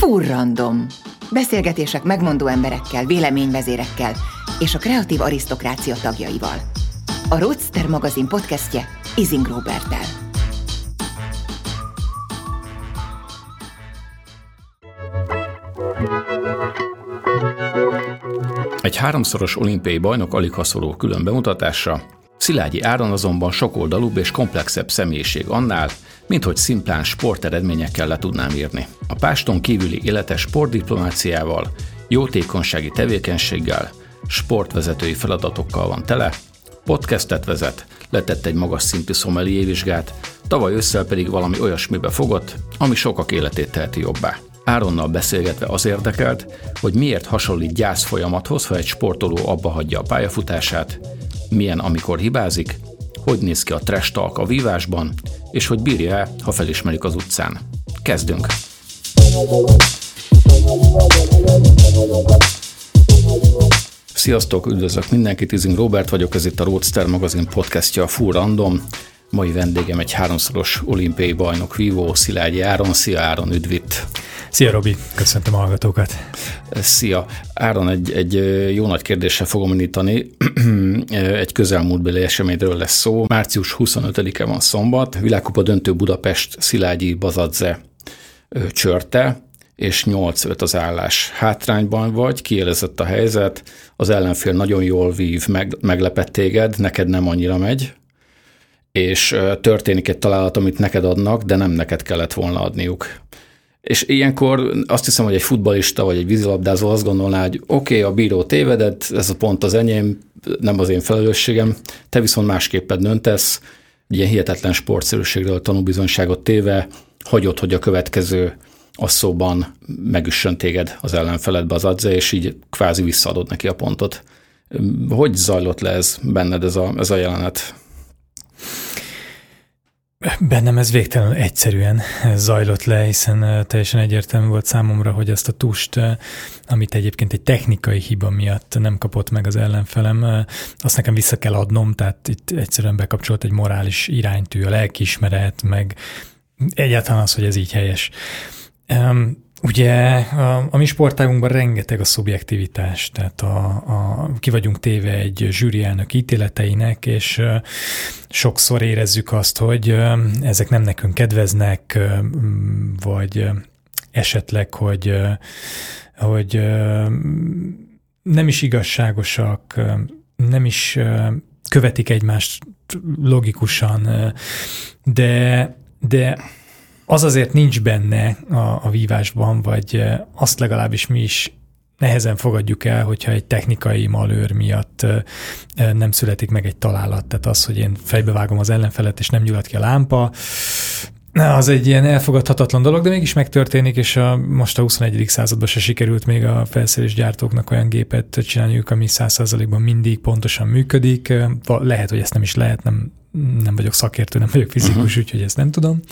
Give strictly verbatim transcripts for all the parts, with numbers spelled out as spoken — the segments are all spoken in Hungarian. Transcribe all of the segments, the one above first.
Furrandom. Beszélgetések megmondó emberekkel, véleményvezérekkel és a kreatív arisztokrácia tagjaival. A Roadster magazin podcastje Ising Roberttel. Egy háromszoros olimpiai bajnok aligha szorul külön bemutatásra, Szilágyi Áron azonban sokoldalúbb és komplexebb személyiség annál, minthogy szimplán sporteredményekkel le tudnám írni. A páston kívüli élete sportdiplomáciával, jótékonysági tevékenységgel, sportvezetői feladatokkal van tele, podcastet vezet, letett egy magas szintű sommelier vizsgát, tavaly ősszel pedig valami olyasmibe fogott, ami sokak életét teheti jobbá. Áronnal beszélgetve az érdekelt, hogy miért hasonlít gyász folyamathoz, ha egy sportoló abba hagyja a pályafutását, milyen amikor hibázik, hogy néz ki a trash talk a vívásban, és hogy bírja-e, ha felismerik az utcán. Kezdünk! Sziasztok, üdvözlök mindenkit, Ising Robert vagyok, ez itt a Roadster magazin podcastja, a Furrandom. Mai vendégem egy háromszoros olimpiai bajnok vívó, Szilágyi Áron. Szia Áron, üdv itt! Szia Robi, köszöntöm a hallgatókat! Szia! Áron, egy, egy jó nagy kérdéssel fogom indítani. Egy közelmúltbeli eseményről lesz szó. március huszonötödike van szombat, világkupa döntő Budapest Szilágyi Bazadze csörte, és nyolc öt az állás. Hátrányban vagy, kiélezett a helyzet, az ellenfél nagyon jól vív, meg, meglepett téged, neked nem annyira megy, és történik egy találat, amit neked adnak, de nem neked kellett volna adniuk. És ilyenkor azt hiszem, hogy egy futballista vagy egy vízilabdázó azt gondolná, hogy oké, okay, a bíró tévedett, ez a pont az enyém, nem az én felelősségem, te viszont másképpen döntesz, ilyen hihetetlen sportszerűségről tanúbizonyságot téve, hagyod, hogy a következő asszóban megüssön téged az ellenfeledbe az adze, és így kvázi visszaadod neki a pontot. Hogy zajlott le ez benned ez a, ez a jelenet? Bennem ez végtelenül egyszerűen zajlott le, hiszen teljesen egyértelmű volt számomra, hogy ezt a tust, amit egyébként egy technikai hiba miatt nem kapott meg az ellenfelem, azt nekem vissza kell adnom, tehát itt egyszerűen bekapcsolt egy morális iránytű, a lelkiismeret, meg egyáltalán az, hogy ez így helyes. Ugye a, a mi sportágunkban rengeteg a szubjektivitás, tehát a, a, ki vagyunk téve egy zsűri elnök ítéleteinek, és uh, sokszor érezzük azt, hogy uh, ezek nem nekünk kedveznek, uh, vagy uh, esetleg, hogy, uh, hogy uh, nem is igazságosak, uh, nem is uh, követik egymást logikusan, uh, de, de az azért nincs benne a, a vívásban, vagy azt legalábbis mi is nehezen fogadjuk el, hogyha egy technikai malőr miatt nem születik meg egy találat. Tehát az, hogy én fejbevágom az ellenfelet, és nem gyullad ki a lámpa, az egy ilyen elfogadhatatlan dolog, de mégis megtörténik, és a, most a huszonegyedik században se sikerült még a felszerelésgyártóknak olyan gépet csinálniuk, ami száz százalékban mindig pontosan működik. Lehet, hogy ezt nem is lehet, nem, nem vagyok szakértő, nem vagyok fizikus, uh-huh. úgyhogy ezt nem tudom.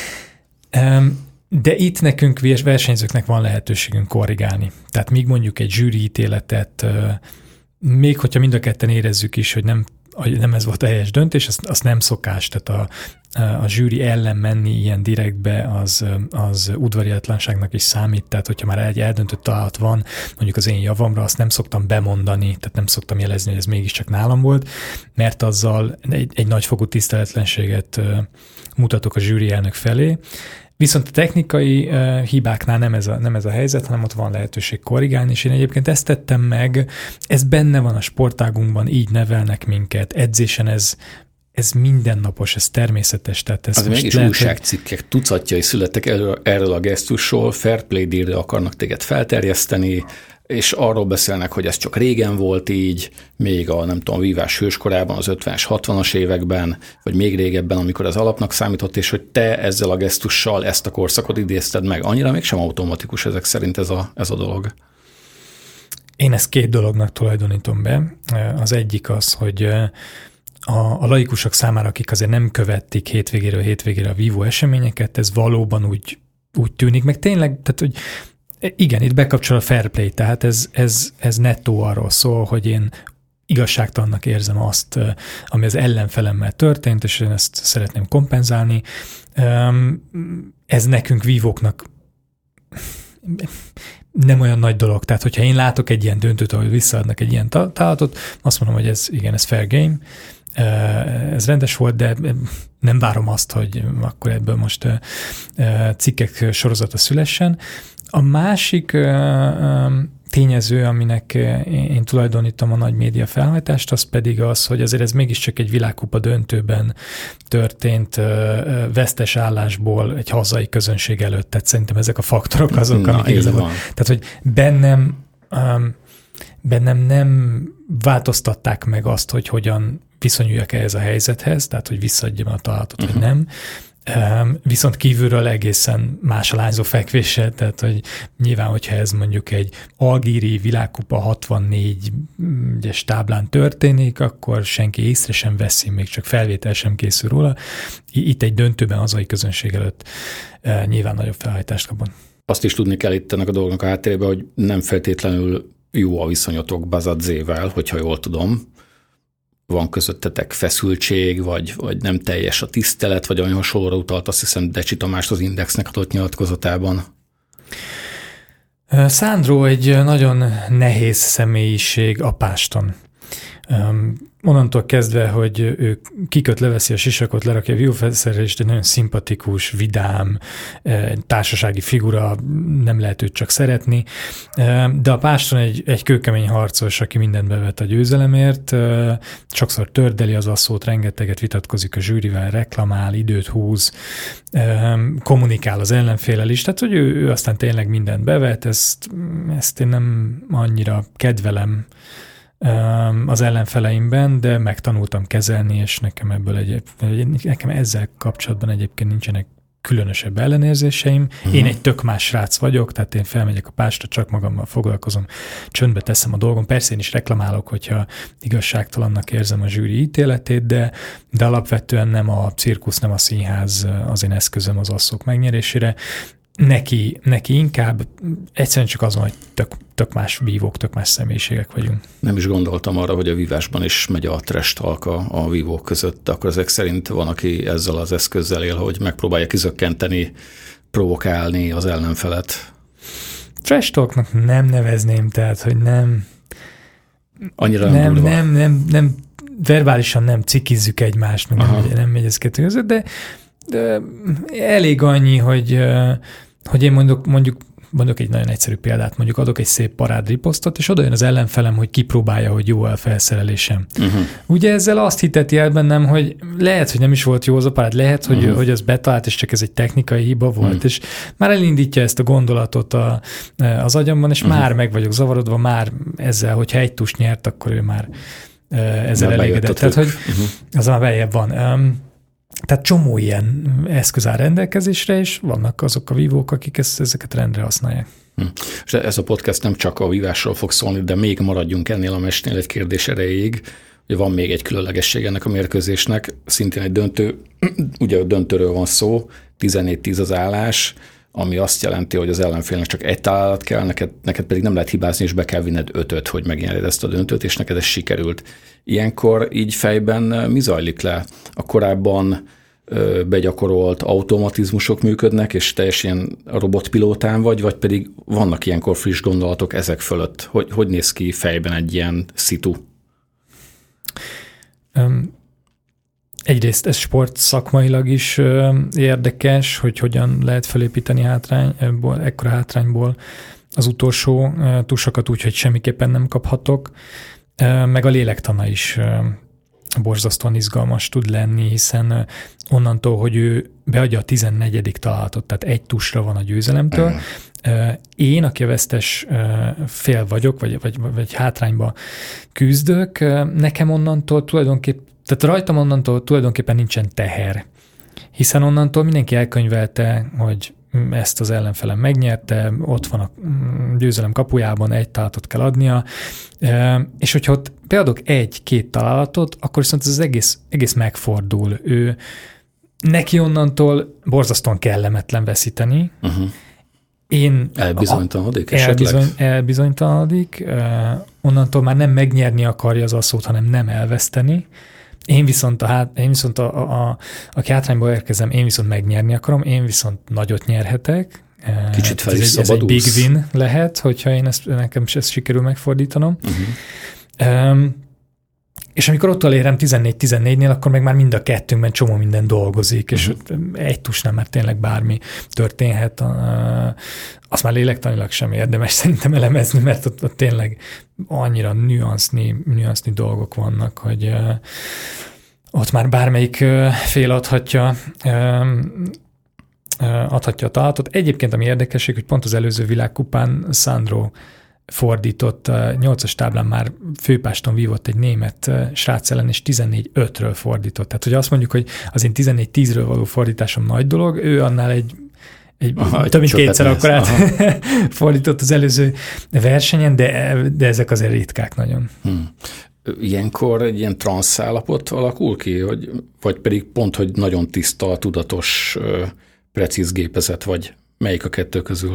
De itt nekünk versenyzőknek van lehetőségünk korrigálni. Tehát míg mondjuk egy zsűri ítéletet, még hogyha mind a ketten érezzük is, hogy nem, hogy nem ez volt a helyes döntés, azt, azt nem szokás. Tehát a, a zsűri ellen menni ilyen direktbe, az, az udvariatlanságnak is számít. Tehát hogyha már egy eldöntött találat van, mondjuk az én javamra, azt nem szoktam bemondani, tehát nem szoktam jelezni, hogy ez mégiscsak nálam volt, mert azzal egy, egy nagyfokú tiszteletlenséget mutatok a zsűri elnök felé. Viszont a technikai uh, hibáknál nem ez, a, nem ez a helyzet, hanem ott van lehetőség korrigálni, és én egyébként ezt tettem meg, ez benne van a sportágunkban, így nevelnek minket, edzésen ez, ez mindennapos, ez természetes. Tehát ez az mégis lehet, újságcikkek tucatjai születtek erről, erről a gesztusról, fair play dealre akarnak téged felterjeszteni, és arról beszélnek, hogy ez csak régen volt így, még a nem tudom, vívás hőskorában, az ötvenes, hatvanas években, vagy még régebben, amikor az alapnak számított, és hogy te ezzel a gesztussal ezt a korszakot idézted meg. Annyira mégsem automatikus ezek szerint ez a, ez a dolog. Én ezt két dolognak tulajdonítom be. Az egyik az, hogy a, a laikusok számára, akik azért nem követik hétvégéről hétvégére a vívó eseményeket, ez valóban úgy, úgy tűnik, meg tényleg, tehát hogy igen, itt bekapcsol a fair play, tehát ez, ez, ez nettó arról szól, hogy én igazságtalannak érzem azt, ami az ellenfelemmel történt, és én ezt szeretném kompenzálni. Ez nekünk vívóknak nem olyan nagy dolog. Tehát, hogyha én látok egy ilyen döntőt, ahol visszaadnak egy ilyen találatot, azt mondom, hogy ez igen, ez fair game, ez rendes volt, de nem várom azt, hogy akkor ebből most cikkek sorozata szülessen. A másik tényező, aminek én tulajdonítom a nagy média felhajtást, az pedig az, hogy azért ez mégiscsak egy világkupa döntőben történt vesztes állásból egy hazai közönség előtt. Tehát szerintem ezek a faktorok azok, Na, amik igazából... Tehát, hogy bennem, bennem nem változtatták meg azt, hogy hogyan viszonyuljak ehhez a helyzethez, tehát, hogy visszaadjam a találatot, uh-huh. vagy nem. Viszont kívülről egészen más a lányzó fekvése, tehát hogy nyilván, hogyha ez mondjuk egy algíri világkupa hatvannégyes táblán történik, akkor senki észre sem veszi, még csak felvétel sem készül róla. Itt egy döntőben hazai közönség előtt nyilván nagyobb felhajtást kapott. Azt is tudni kell itt ennek a dolgnak a háttérében, hogy nem feltétlenül jó a viszonyotok Bazadzével, hogyha jól tudom. Van közöttetek feszültség, vagy, vagy nem teljes a tisztelet, vagy olyan hasonlóra utalt, azt hiszem Decsi Tamást az Indexnek adott nyilatkozatában. Szándró egy nagyon nehéz személyiség Apáston. Onnantól kezdve, hogy ő kiköt, leveszi a sisakot, lerakja a vívófelszerelést, egy nagyon szimpatikus, vidám, társasági figura, nem lehet őt csak szeretni, de a Páston egy, egy kőkemény harcos, aki mindent bevet a győzelemért, sokszor tördeli az asszót, rengeteget vitatkozik a zsűrivel, reklamál, időt húz, kommunikál az ellenféllel is, tehát hogy ő, ő aztán tényleg mindent bevet, ezt, ezt én nem annyira kedvelem az ellenfeleimben, de megtanultam kezelni, és nekem ebből egy, nekem ezzel kapcsolatban egyébként nincsenek különösebb ellenérzéseim. Uh-huh. Én egy tök más srác vagyok, tehát én felmegyek a Pástra, csak magammal foglalkozom, csöndbe teszem a dolgom. Persze én is reklamálok, hogyha igazságtalannak érzem a zsűri ítéletét, de, de alapvetően nem a cirkusz, nem a színház az én eszközöm az asszók megnyerésére. Neki, neki inkább egyszerűen csak azon, hogy tök, tök más vívók, tök más személyiségek vagyunk. Nem is gondoltam arra, hogy a vívásban is megy a trash talk a, a vívók között, akkor ezek szerint van, aki ezzel az eszközzel él, hogy megpróbálja kizökkenteni, provokálni az ellenfelet. Trash talknak nem nevezném, tehát, hogy nem... Annyira nem, nem, nem, nem, nem, verbálisan nem cikizzük egymást, meg nem, nem megy ez kettő között, de De elég annyi, hogy, hogy én mondjuk, mondjuk, mondjuk egy nagyon egyszerű példát, mondjuk adok egy szép parádriposztot, és oda jön az ellenfelem, hogy kipróbálja, hogy jó a felszerelésem. Uh-huh. Ugye ezzel azt hiteti el bennem, hogy lehet, hogy nem is volt jó az a parád, lehet, hogy, uh-huh. hogy az betalált, és csak ez egy technikai hiba volt, uh-huh. és már elindítja ezt a gondolatot a, az agyamban, és uh-huh. már meg vagyok zavarodva, már ezzel, hogyha egy tus nyert, akkor ő már ezzel már elégedett. Tehát, hogy uh-huh. az már beljebb van. Tehát csomó ilyen eszköz áll rendelkezésre, és vannak azok a vívók, akik ezt, ezeket rendre használják. Hm. És ez a podcast nem csak a vívásról fog szólni, de még maradjunk ennél a mestnél egy kérdés erejéig. Ugye van még egy különlegesség ennek a mérkőzésnek, szintén egy döntő, ugye a döntőről van szó, tizennégy tíz az állás, ami azt jelenti, hogy az ellenfélnek csak egy találat kell, neked, neked pedig nem lehet hibázni, és be kell vinned ötöt, hogy megnyerjed ezt a döntőt, és neked ez sikerült. Ilyenkor így fejben mi zajlik le? A korábban ö, begyakorolt automatizmusok működnek, és teljesen ilyen robotpilótán vagy, vagy pedig vannak ilyenkor friss gondolatok ezek fölött? Hogy, hogy néz ki fejben egy ilyen szitu? Um. Egyrészt ez sport szakmailag is érdekes, hogy hogyan lehet felépíteni hátrányból, ekkora hátrányból az utolsó tusakat úgy, hogy semmiképpen nem kaphatok, meg a lélektana is borzasztóan izgalmas tud lenni, hiszen onnantól, hogy ő beadja a tizennegyedik találatot, tehát egy tusra van a győzelemtől, én, aki a vesztes fél vagyok, vagy, vagy, vagy hátrányba küzdök, nekem onnantól tulajdonképpen Tehát rajtam onnantól tulajdonképpen nincsen teher, hiszen onnantól mindenki elkönyvelte, hogy ezt az ellenfelem megnyerte, ott van a győzelem kapujában, egy találatot kell adnia, és hogyha ott beadok egy-két találatot, akkor viszont ez az egész, egész megfordul. Ő, neki onnantól borzasztóan kellemetlen veszíteni. Uh-huh. Én elbizonytalanodik a, elbizony, elbizonytalanodik, onnantól már nem megnyerni akarja az asszót, hanem nem elveszteni. Én viszont, a, hát, én viszont a, a, a, aki hátrányból érkezem, én viszont megnyerni akarom, én viszont nagyot nyerhetek, Kicsit fel is ez, ez egy big win lehet, hogyha én ezt, nekem ezt sikerül megfordítanom. Uh-huh. Um, és amikor ott elérem tizennégy tizennégynél, akkor meg már mind a kettőnkben csomó minden dolgozik, és uh-huh. egy tusnál már tényleg bármi történhet. Uh, azt már lélektanilag sem érdemes szerintem elemezni, mert ott, ott tényleg annyira nüansznyi, nüansznyi dolgok vannak, hogy uh, ott már bármelyik uh, fél adhatja uh, adhatja a találatot. Egyébként, ami érdekesség, hogy pont az előző világkupán Sandro fordított, nyolcas táblán már főpáston vívott egy német srác ellen, és tizennégy ötről fordított. Tehát, hogy azt mondjuk, hogy az én tizennégy tízről való fordításom nagy dolog, ő annál egy, egy aha, több mint kétszer akkor át fordított az előző versenyen, de, de ezek azért ritkák nagyon. Hmm. Ilyenkor egy ilyen transz állapot alakul ki, hogy, vagy pedig pont, hogy nagyon tiszta, tudatos, precíz gépezet, vagy melyik a kettő közül?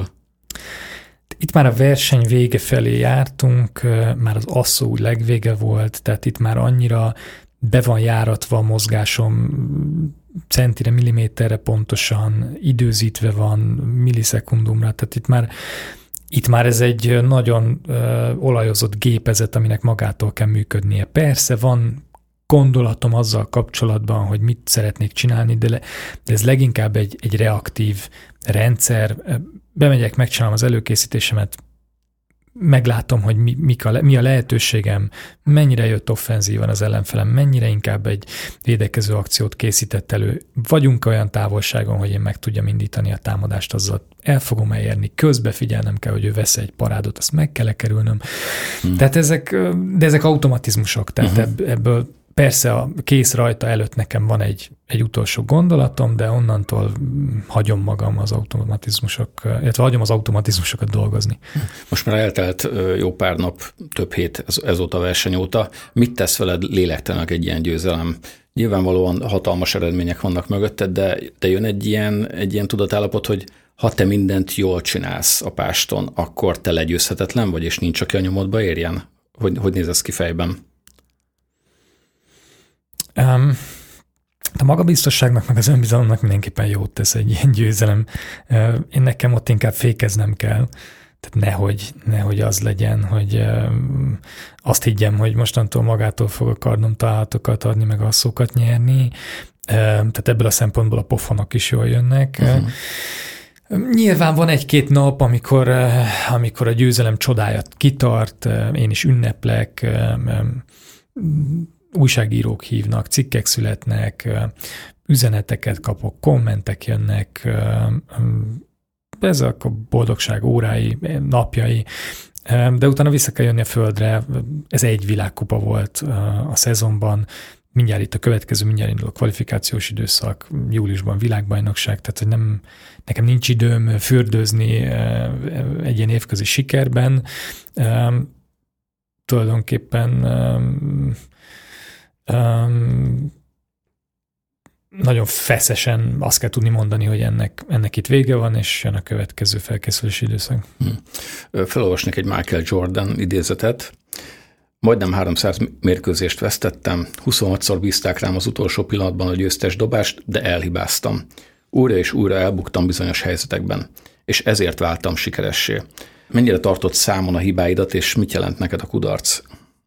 Itt már a verseny vége felé jártunk, már az asszó legvége volt, tehát itt már annyira be van járatva a mozgásom, centire, milliméterre pontosan, időzítve van, millisekundumra, tehát itt már, itt már ez egy nagyon ö, olajozott gépezet, aminek magától kell működnie. Persze van gondolatom azzal kapcsolatban, hogy mit szeretnék csinálni, de, le, de ez leginkább egy, egy reaktív rendszer. Bemegyek, megcsinálom az előkészítésemet, meglátom, hogy mi, mik a, mi a lehetőségem, mennyire jött offenzívan az ellenfelem, mennyire inkább egy védekező akciót készített elő. Vagyunk olyan távolságon, hogy én meg tudjam indítani a támadást, azzal el fogom elérni, közbe figyelnem kell, hogy ő vesz egy parádot, azt meg kell kerülnöm. Hmm. Tehát ezek, de ezek automatizmusok, tehát uh-huh. ebből persze a kész rajta előtt nekem van egy, egy utolsó gondolatom, de onnantól hagyom magam az automatizmusok, illetve hagyom az automatizmusokat dolgozni. Most már eltelt jó pár nap, több hét ez, ezóta a verseny óta. Mit tesz veled lélektelenek egy ilyen győzelem? Nyilvánvalóan hatalmas eredmények vannak mögötted, de, de jön egy ilyen, egy ilyen tudatállapot, hogy ha te mindent jól csinálsz a páston, akkor te legyőzhetetlen vagy, és nincs, aki a nyomodba érjen? Hogy, hogy néz ez ki fejben? Um, a magabiztosságnak, meg az önbizalomnak mindenképpen jót tesz egy ilyen győzelem. Uh, én nekem ott inkább fékeznem kell, tehát nehogy, nehogy az legyen, hogy uh, azt higgyem, hogy mostantól magától fog a kardom találatokat adni, meg asszókat nyerni. Uh, tehát ebből a szempontból a pofonok is jól jönnek. Uh-huh. Uh, Nyilván van egy-két nap, amikor, uh, amikor a győzelem csodája kitart, uh, én is ünneplek, uh, um, újságírók hívnak, cikkek születnek, üzeneteket kapok, kommentek jönnek, ezek a boldogság órái, napjai, de utána vissza kell jönni a földre, ez egy világkupa volt a szezonban, mindjárt itt a következő, mindjárt indul a kvalifikációs időszak, júliusban világbajnokság, tehát hogy nem, nekem nincs időm fürdőzni egy ilyen évközi sikerben, tulajdonképpen Um, nagyon feszesen azt kell tudni mondani, hogy ennek, ennek itt vége van, és jön a következő felkészülési időszak. Hmm. Felolvasnék egy Michael Jordan idézetet. Majdnem háromszáz mérkőzést vesztettem, huszonhatszor bízták rám az utolsó pillanatban a győztes dobást, de elhibáztam. Újra és újra elbuktam bizonyos helyzetekben, és ezért váltam sikeressé. Mennyire tartott számon a hibáidat, és mit jelent neked a kudarc?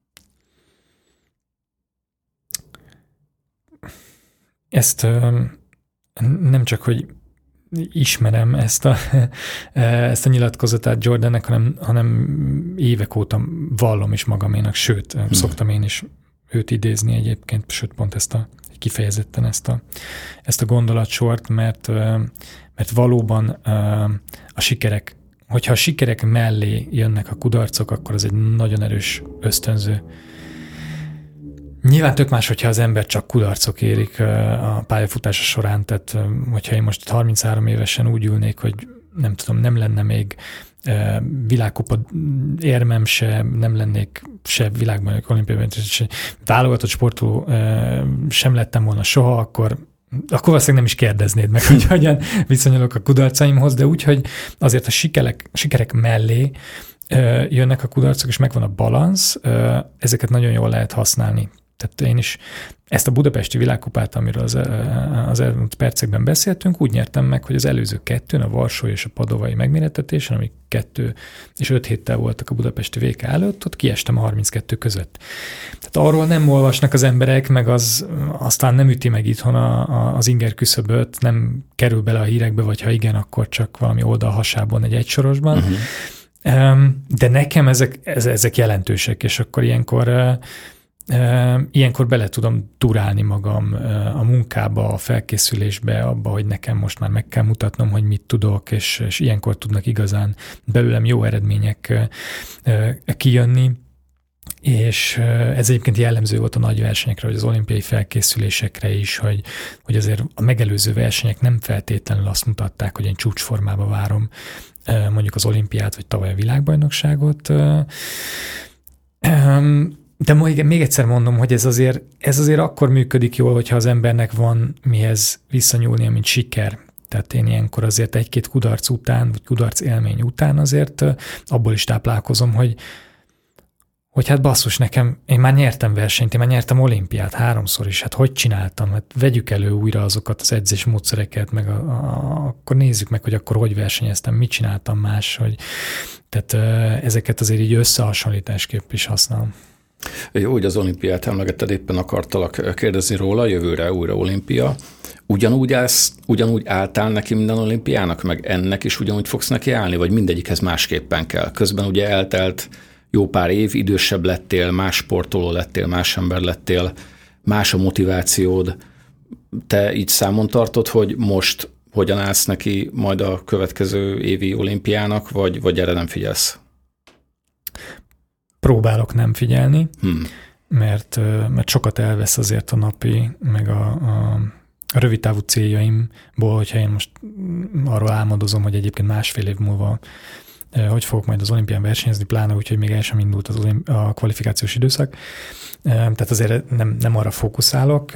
Ezt nem csak, hogy ismerem ezt a, ezt a nyilatkozatát Jordannek, hanem, hanem évek óta vallom is magaménak, sőt, hmm. szoktam én is őt idézni egyébként, sőt, pont ezt a, kifejezetten ezt a, ezt a gondolatsort, mert, mert valóban a sikerek, hogyha a sikerek mellé jönnek a kudarcok, akkor az egy nagyon erős ösztönző. Nyilván tök más, hogyha az ember csak kudarcok érik a pályafutása során, tehát hogyha én most harminchárom évesen úgy ülnék, hogy nem tudom, nem lenne még világkupa érmem se, nem lennék se világbajnok, olimpiai, se válogatott sportoló sem lettem volna soha, akkor, akkor valószínűleg nem is kérdeznéd meg, hogy hogyan viszonyulok a kudarcaimhoz, de úgy, hogy azért a sikerek, sikerek mellé jönnek a kudarcok, és megvan a balansz, ezeket nagyon jól lehet használni. Tehát én is ezt a budapesti világkupát, amiről az, az elmúlt percekben beszéltünk, úgy nyertem meg, hogy az előző kettőn, a varsói és a padovai megmérettetésen, amik kettő és öt héttel voltak a budapesti vé ká előtt, ott kiestem a harminckettő között. Tehát arról nem olvasnak az emberek, meg az aztán nem üti meg itthon a, a, az inger küszöböt, nem kerül bele a hírekbe, vagy ha igen, akkor csak valami oldal hasában egy egysorosban. Uh-huh. De nekem ezek, ezek jelentősek, és akkor ilyenkor Ilyenkor bele tudom turálni magam a munkába, a felkészülésbe, abba, hogy nekem most már meg kell mutatnom, hogy mit tudok, és, és ilyenkor tudnak igazán belőlem jó eredmények kijönni. És ez egyébként jellemző volt a nagy versenyekre, vagy az olimpiai felkészülésekre is, hogy, hogy azért a megelőző versenyek nem feltétlenül azt mutatták, hogy én csúcsformába várom mondjuk az olimpiát, vagy tavaly a világbajnokságot. De még egyszer mondom, hogy ez azért, ez azért akkor működik jól, hogyha az embernek van mihez visszanyúlnia, mint siker. Tehát én ilyenkor azért egy-két kudarc után, vagy kudarc élmény után azért abból is táplálkozom, hogy, hogy hát basszus, nekem, én már nyertem versenyt, én már nyertem olimpiát háromszor is, hát hogy csináltam? Hát vegyük elő újra azokat az edzés módszereket, meg a, a, akkor nézzük meg, hogy akkor hogy versenyeztem, mit csináltam más, hogy tehát ezeket azért így összehasonlításképp is használom. Jó, hogy az olimpiát emlegetted, éppen akartalak kérdezni róla, jövőre újra olimpia. Ugyanúgy, állsz, ugyanúgy álltál neki minden olimpiának, meg ennek is ugyanúgy fogsz neki állni, vagy mindegyikhez másképpen kell? Közben ugye eltelt jó pár év, idősebb lettél, más sportoló lettél, más ember lettél, más a motivációd. Te így számon tartod, hogy most hogyan állsz neki majd a következő évi olimpiának, vagy, vagy erre nem figyelsz? Próbálok nem figyelni, hmm. mert, mert sokat elvesz azért a napi, meg a, a, a rövidtávú céljaimból, hogyha én most arról álmodozom, hogy egyébként másfél év múlva hogy fogok majd az olimpián versenyezni, pláne úgy, hogy még el sem indult az olimp- a kvalifikációs időszak. Tehát azért nem, nem arra fókuszálok.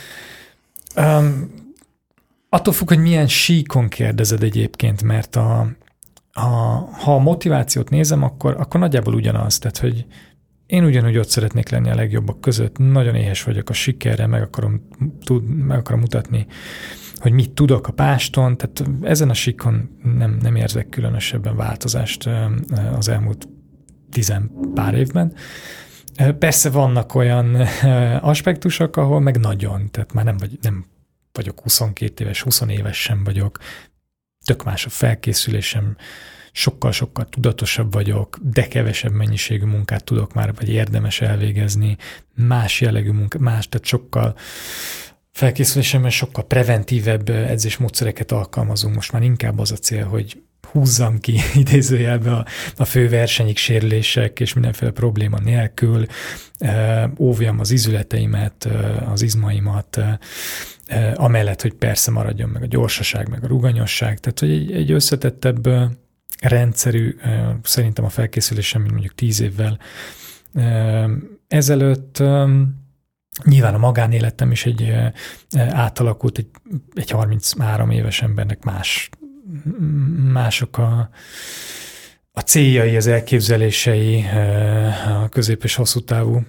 Attól függ, hogy milyen síkon kérdezed egyébként, mert a A, ha a motivációt nézem, akkor, akkor nagyjából ugyanaz. Tehát, hogy én ugyanúgy ott szeretnék lenni a legjobbak között, nagyon éhes vagyok a sikerre, meg akarom, tud, meg akarom mutatni, hogy mit tudok a páston, tehát ezen a síkon nem, nem érzek különösebben változást az elmúlt tizen pár évben. Persze vannak olyan aspektusok, ahol meg nagyon, tehát már nem, vagy, nem vagyok huszonkét éves, húsz éves sem vagyok, tök más a felkészülésem, sokkal-sokkal tudatosabb vagyok, de kevesebb mennyiségű munkát tudok már, vagy érdemes elvégezni, más jellegű munkát, más, tehát sokkal felkészülésemben sokkal preventívebb edzésmódszereket alkalmazunk. Most már inkább az a cél, hogy húzzam ki idézőjelbe a, a fő versenyig sérülések és mindenféle probléma nélkül, óvjam az izületeimet, az izmaimat, amellett, hogy persze maradjon meg a gyorsaság, meg a ruganyosság, tehát hogy egy, egy összetettebb rendszerű, szerintem a felkészülésem, mint mondjuk tíz évvel ezelőtt. Nyilván a magánéletem is egy átalakult, egy, egy harminchárom éves embernek más, mások a, a céljai, az elképzelései, a közép- és hosszú távú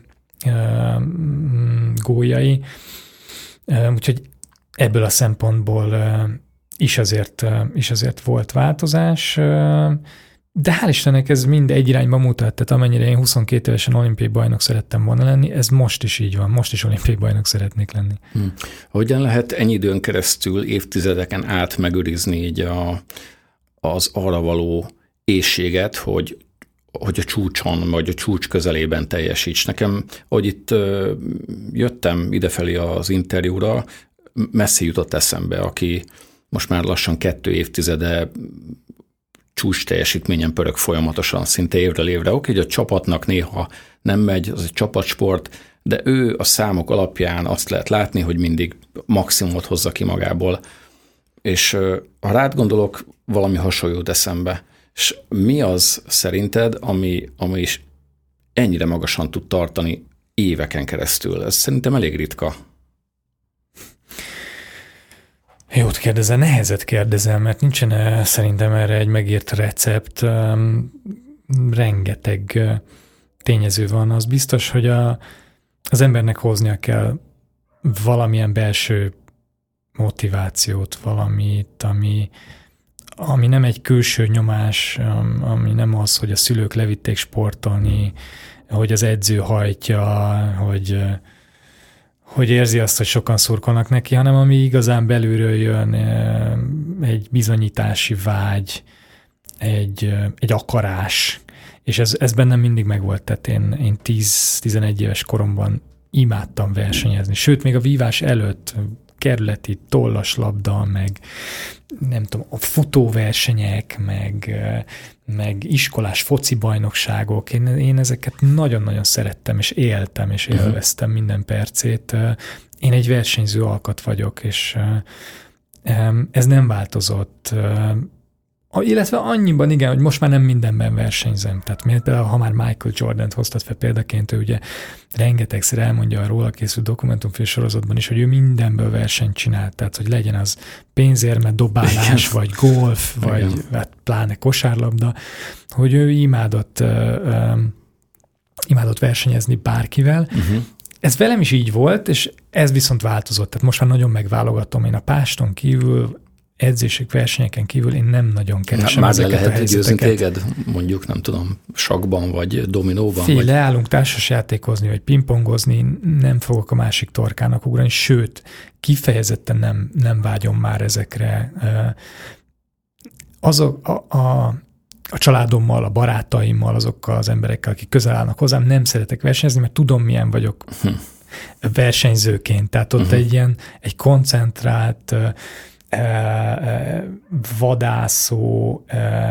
góljai. Úgyhogy ebből a szempontból is azért, is azért volt változás, de hál' Istennek ez mind egy irányba mutat, tehát amennyire én huszonkét évesen olimpiai bajnok szerettem volna lenni, ez most is így van, most is olimpiai bajnok szeretnék lenni. Hmm. Hogyan lehet ennyi időn keresztül, évtizedeken át megőrizni így a, az arra való éhséget, hogy hogy a csúcson, vagy a csúcs közelében teljesíts. Nekem, hogy itt ö, jöttem idefelé az interjúra, Messi jutott eszembe, aki most már lassan kettő évtizede csúcs teljesítményen pörög folyamatosan, szinte évről évre. Oké, hogy a csapatnak néha nem megy, az egy csapatsport, de ő a számok alapján azt lehet látni, hogy mindig maximumot hozza ki magából. És ö, ha rád gondolok, valami hasonló jut eszembe. És mi az szerinted, ami, ami is ennyire magasan tud tartani éveken keresztül? Ez szerintem elég ritka. Jót kérdezel, nehezet kérdezel, mert nincsen szerintem erre egy megírt recept. Rengeteg tényező van. Az biztos, hogy a, az embernek hoznia kell valamilyen belső motivációt, valamit, ami, ami nem egy külső nyomás, ami nem az, hogy a szülők levitték sportolni, hogy az edző hajtja, hogy, hogy érzi azt, hogy sokan szurkolnak neki, hanem ami igazán belülről jön, egy bizonyítási vágy, egy, egy akarás, és ez, ez bennem mindig megvolt, tehát én, én tíz-tizenegy éves koromban imádtam versenyezni, sőt, még a vívás előtt kerületi tollaslabda, meg nem tudom, a futóversenyek, meg, meg iskolás foci bajnokságok, én, én ezeket nagyon-nagyon szerettem, és éltem, és élveztem minden percét. Én egy versenyző alkat vagyok, és ez nem változott. Illetve annyiban igen, hogy most már nem mindenben versenyzem. Tehát például, ha már Michael Jordant hoztad fel példaként, ő ugye rengetegszer elmondja a róla készült dokumentumfilm sorozatban is, hogy ő mindenből versenyt csinál. Tehát, hogy legyen az pénzérme, dobálás, igen. vagy golf, vagy hát pláne kosárlabda, hogy ő imádott, uh, uh, imádott versenyezni bárkivel. Uh-huh. Ez velem is így volt, és ez viszont változott. Tehát most már nagyon megválogatom. Én a páston kívül edzések, versenyeken kívül én nem nagyon keresem már ezeket lehet a helyzeteket. téged, mondjuk, nem tudom, sakban, vagy dominóban? Fél, vagy... leállunk társasjátékozni, vagy pingpongozni, nem fogok a másik torkának ugrani, sőt, kifejezetten nem, nem vágyom már ezekre. Azok a, a, a családommal, a barátaimmal, azokkal az emberekkel, akik közel állnak hozzám, nem szeretek versenyezni, mert tudom, milyen vagyok hm. versenyzőként. Tehát ott uh-huh. egy ilyen, egy koncentrált, vadászó,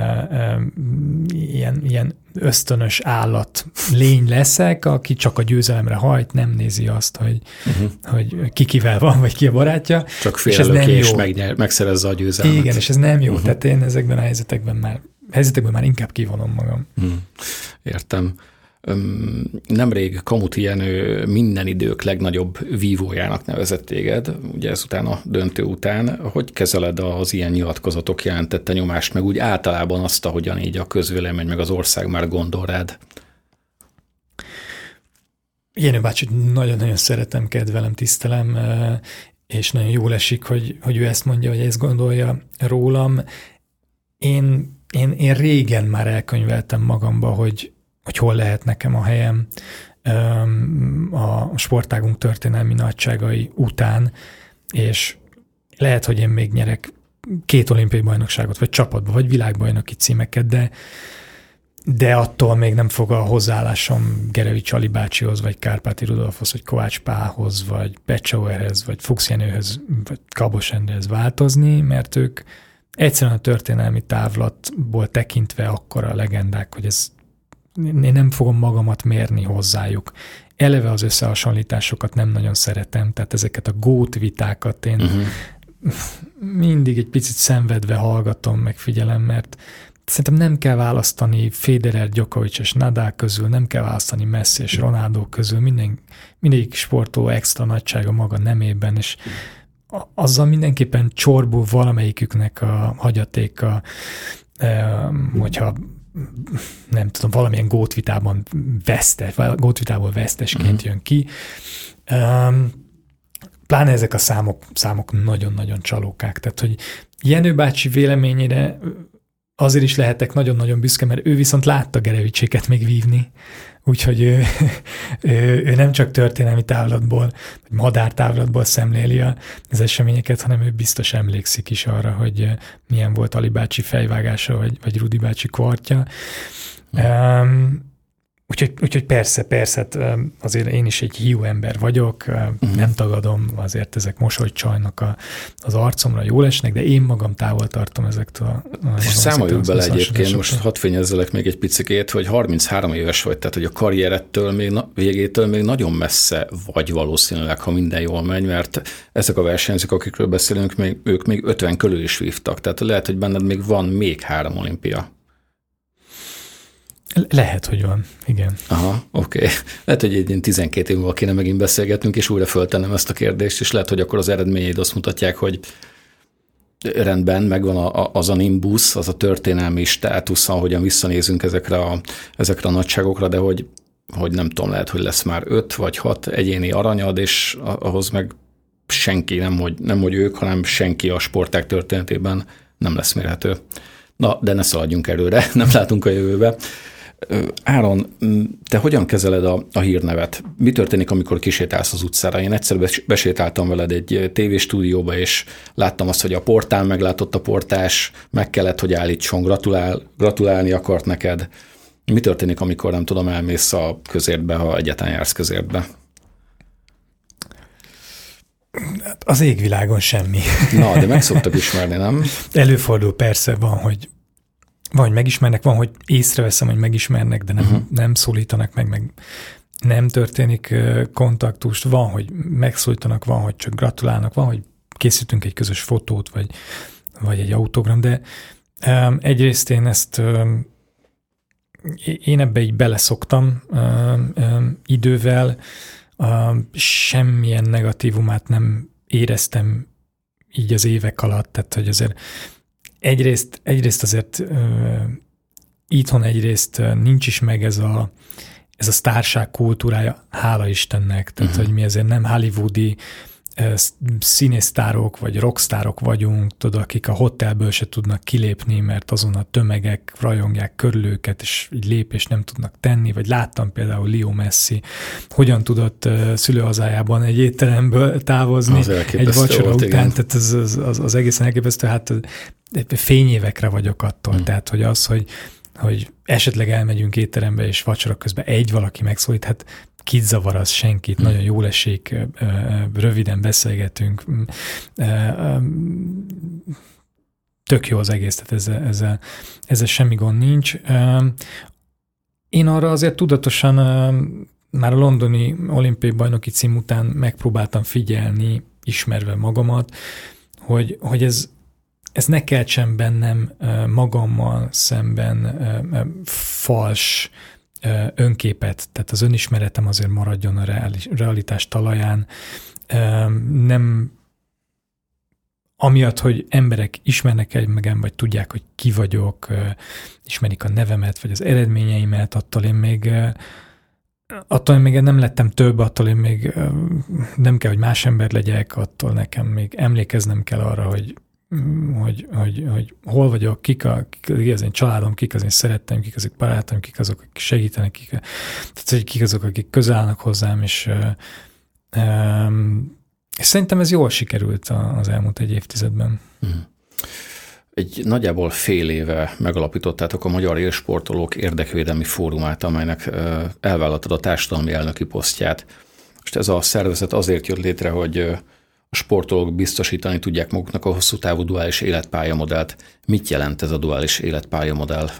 ilyen, ilyen ösztönös állat lény leszek, aki csak a győzelemre hajt, nem nézi azt, hogy, uh-huh. hogy ki kivel van, vagy ki a barátja. Csak félelőki és megnyer, megszerezze a győzelmet. Igen, és ez nem jó. Uh-huh. Tehát én ezekben a helyzetekben már, helyzetekben már inkább kivonom magam. Uh-huh. Értem. Nemrég Kamuti Jenő minden idők legnagyobb vívójának nevezett téged, ugye ezután a döntő után. Hogy kezeled az ilyen nyilatkozatok jelentette nyomást, meg úgy általában azt, ahogyan így a közvélemény, meg az ország már gondol rád? Jenő bácsit nagyon-nagyon szeretem, kedvelem, tisztelem, és nagyon jól esik, hogy, hogy ő ezt mondja, hogy ezt gondolja rólam. Én, én, én régen már elkönyveltem magamba, hogy hogy hol lehet nekem a helyem a sportágunk történelmi nagyságai után, és lehet, hogy én még nyerek két olimpiai bajnokságot, vagy csapatba, vagy világbajnoki címeket, de, de attól még nem fog a hozzáállásom Gerevics Ali bácsihoz, vagy Kárpáti Rudolfhoz, vagy Kovács Pálhoz, vagy Becsauerhez, vagy Fuchs Jenőhöz, vagy Kabos Endréhez változni, mert ők egyszerűen a történelmi távlatból tekintve akkora legendák, hogy ez én nem fogom magamat mérni hozzájuk. Eleve az összehasonlításokat nem nagyon szeretem, tehát ezeket a gót vitákat én uh-huh. mindig egy picit szenvedve hallgatom, megfigyelem, mert szerintem nem kell választani Federer, Djokovic és Nadal közül, nem kell választani Messi és Ronaldo közül, minden, mindegyik sportoló extra nagysága maga nemében, és azzal mindenképpen csorbul valamelyiküknek a hagyatéka, hogyha nem tudom, valamilyen gótvitában vesztes, gótvitából vesztesként uh-huh. jön ki. Um, pláne ezek a számok, számok nagyon-nagyon csalókák. Tehát, hogy Jenő bácsi véleményére azért is lehetek nagyon-nagyon büszke, mert ő viszont látta Gerevicséket még vívni, úgyhogy ő, ő, ő nem csak történelmi távlatból, vagy madártávlatból szemléli az eseményeket, hanem ő biztos emlékszik is arra, hogy milyen volt Ali bácsi fejvágása, vagy, vagy Rudi bácsi kvartja. Um, Úgyhogy, úgyhogy persze, persze, azért én is egy hiú ember vagyok, uh-huh. nem tagadom, azért ezek mosolyt csajnak a, az arcomra, jól esnek, de én magam távol tartom ezektől a... a számoljuk bele egyébként, most hadd fényezzelek még egy picikét, hogy harminchárom éves vagy, tehát hogy a karrierettől még, végétől még nagyon messze vagy valószínűleg, ha minden jól megy, mert ezek a versenyzők, akikről beszélünk, még, ők még ötven körül is vívtak, tehát lehet, hogy benned még van még három olimpia. Lehet, hogy van, igen. Aha, oké. Okay. Lehet, hogy egy tizenkét év múlva kéne megint beszélgetnünk, és újra föltennem ezt a kérdést, és lehet, hogy akkor az eredményeid azt mutatják, hogy rendben, megvan a, az a nimbusz, az a történelmi státusz, ahogyan visszanézünk ezekre a, ezekre a nagyságokra, de hogy hogy nem tudom, lehet, hogy lesz már öt vagy hat egyéni aranyad, és ahhoz meg senki, nem hogy, nem hogy ők, hanem senki a sportág történetében nem lesz mérhető. Na, de ne szaladjunk előre, nem látunk a jövőbe. Áron, te hogyan kezeled a, a hírnevet? Mi történik, amikor kisétálsz az utcára? Én egyszer besétáltam veled egy tévéstúdióba, és láttam azt, hogy a portál meglátott a portás, meg kellett, hogy állítson, gratulál, gratulálni akart neked. Mi történik, amikor nem tudom, elmész a közértbe, ha egyáltalán jársz közértbe? Az égvilágon semmi. Na, de meg szoktak ismerni, nem? Előfordul persze, van, hogy van, hogy megismernek, van, hogy észreveszem, hogy megismernek, de nem, uh-huh. nem szólítanak meg, meg nem történik kontaktust, van, hogy megszólítanak, van, hogy csak gratulálnak, van, hogy készítünk egy közös fotót, vagy, vagy egy autogram, de um, egyrészt én ezt um, én ebbe így beleszoktam um, um, idővel, um, semmilyen negatívumát nem éreztem így az évek alatt, tehát hogy azért Egyrészt, egyrészt azért uh, itthon egyrészt uh, nincs is meg ez a, ez a sztárság kultúrája, hála Istennek. Tehát, uh-huh. hogy mi azért nem hollywoodi uh, színésztárok vagy rockstárok vagyunk, tudod, akik a hotelből se tudnak kilépni, mert azon a tömegek rajongják körül őket, és így lépést nem tudnak tenni, vagy láttam például Leo Messi, hogyan tudott uh, szülőhazájában egy étteremből távozni egy vacsora után, igen. Tehát az, az, az, az egészen elképesztő, hát fényévekre vagyok attól, hmm. tehát hogy az, hogy, hogy esetleg elmegyünk étterembe, és vacsora közben egy valaki megszólít, hát kit zavar az senkit, hmm. nagyon jól esik, röviden beszélgetünk, tök jó az egész, tehát ezzel, ezzel, ezzel semmi gond nincs. Én arra azért tudatosan már a londoni olimpiai bajnoki cím után megpróbáltam figyelni, ismerve magamat, hogy, hogy ez Ez ne keltsen bennem magammal szemben fals önképet, tehát az önismeretem azért maradjon a realitás talaján. Nem amiatt, hogy emberek ismernek engem, vagy tudják, hogy ki vagyok, ismerik a nevemet, vagy az eredményeimet, attól én még attól én még nem lettem több, attól én még nem kell, hogy más ember legyek, attól nekem még emlékeznem kell arra, hogy Hogy, hogy, hogy hol vagyok, kik, a, kik az én családom, kik az én szerettem, kik az én barátaim, kik azok, akik segítenek, kik, tehát, hogy kik azok, akik közel állnak hozzám, és, és szerintem ez jól sikerült az elmúlt egy évtizedben. Egy nagyjából fél éve megalapítottátok a Magyar Élsportolók Érdekvédelmi Fórumát, amelynek elvállaltad a társadalmi elnöki posztját. Most ez a szervezet azért jött létre, hogy a sportolók biztosítani tudják maguknak a hosszú távú duális életpályamodellt. Mit jelent ez a duális életpályamodell?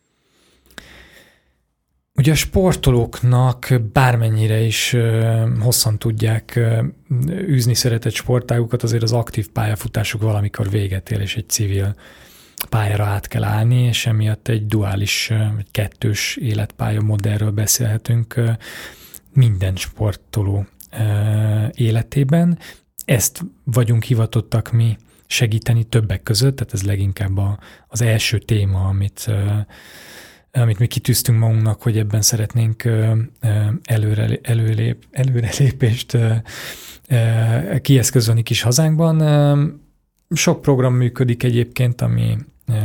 Ugye a sportolóknak bármennyire is hosszan tudják űzni szeretett sportágukat, azért az aktív pályafutásuk valamikor véget ér, és egy civil pályára át kell állni, és emiatt egy duális, egy kettős életpályamodellről beszélhetünk minden sportoló életében. Ezt vagyunk hivatottak mi segíteni többek között, tehát ez leginkább a, az első téma, amit, amit mi kitűztünk magunknak, hogy ebben szeretnénk előre, előlép, előrelépést kieszközölni kis hazánkban. Sok program működik egyébként, ami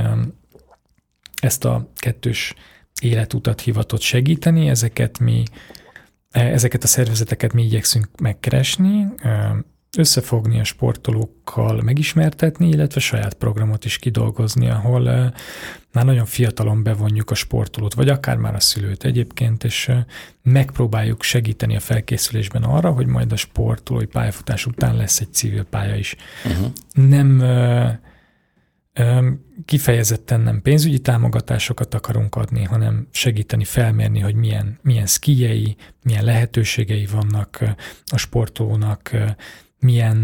ezt a kettős életutat hivatott segíteni, ezeket mi Ezeket a szervezeteket mi igyekszünk megkeresni, összefogni a sportolókkal, megismertetni, illetve saját programot is kidolgozni, ahol már nagyon fiatalon bevonjuk a sportolót, vagy akár már a szülőt egyébként, és megpróbáljuk segíteni a felkészülésben arra, hogy majd a sportolói pályafutás után lesz egy civil pálya is. Uh-huh. Nem kifejezetten nem pénzügyi támogatásokat akarunk adni, hanem segíteni felmérni, hogy milyen, milyen szkijei, milyen lehetőségei vannak a sportolónak, milyen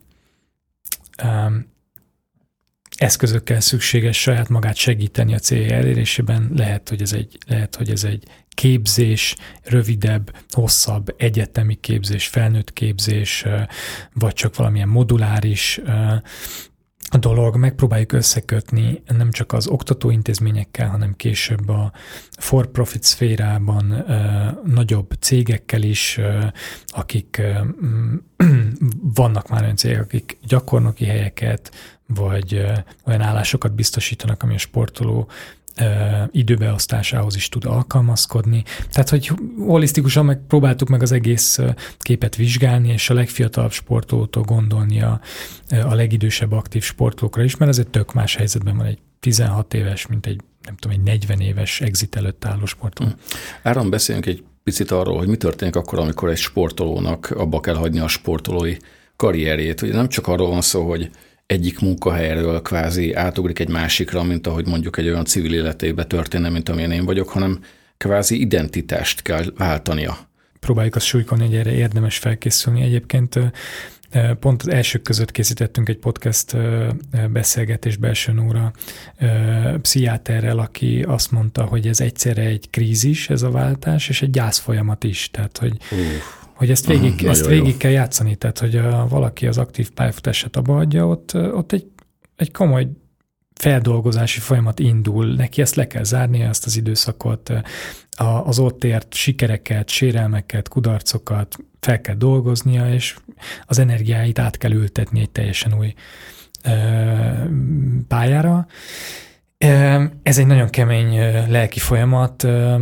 eszközökkel szükséges saját magát segíteni a célja elérésében. Lehet, hogy ez egy, lehet, hogy ez egy képzés, rövidebb, hosszabb egyetemi képzés, felnőtt képzés, vagy csak valamilyen moduláris a dolog, megpróbáljuk összekötni nem csak az oktatóintézményekkel, hanem később a for-profit szférában ö, nagyobb cégekkel is, ö, akik ö, vannak már olyan cégek, akik gyakornoki helyeket, vagy ö, olyan állásokat biztosítanak, ami a sportoló időbeosztásához is tud alkalmazkodni. Tehát, hogy holisztikusan megpróbáltuk meg az egész képet vizsgálni, és a legfiatalabb sportolótól gondolni a, a legidősebb aktív sportolókra is, mert ez egy tök más helyzetben van egy tizenhat éves, mint egy, nem tudom, egy negyven éves exit előtt álló sportoló. Áron, beszéljünk egy picit arról, hogy mi történik akkor, amikor egy sportolónak abba kell hagyni a sportolói karrierjét. Ugye nem csak arról van szó, hogy egyik munkahelyről kvázi átugrik egy másikra, mint ahogy mondjuk egy olyan civil életébe történne, mint amilyen én vagyok, hanem kvázi identitást kell váltania. Próbáljuk azt súlykolni, hogy erre érdemes felkészülni. Egyébként pont az elsők között készítettünk egy podcast beszélgetés Belső Nóra pszichiáterrel, aki azt mondta, hogy ez egyszerre egy krízis, ez a váltás, és egy gyászfolyamat is. Tehát, hogy Uf. hogy ezt végig, uh-huh, ezt végig kell játszani, tehát hogy a, valaki az aktív pályafutását abba adja, ott, ott egy, egy komoly feldolgozási folyamat indul, neki ezt le kell zárnia, ezt az időszakot, a, az ott ért sikereket, sérelmeket, kudarcokat fel kell dolgoznia, és az energiáit át kell ültetni egy teljesen új e, pályára. E, ez egy nagyon kemény lelki folyamat. E,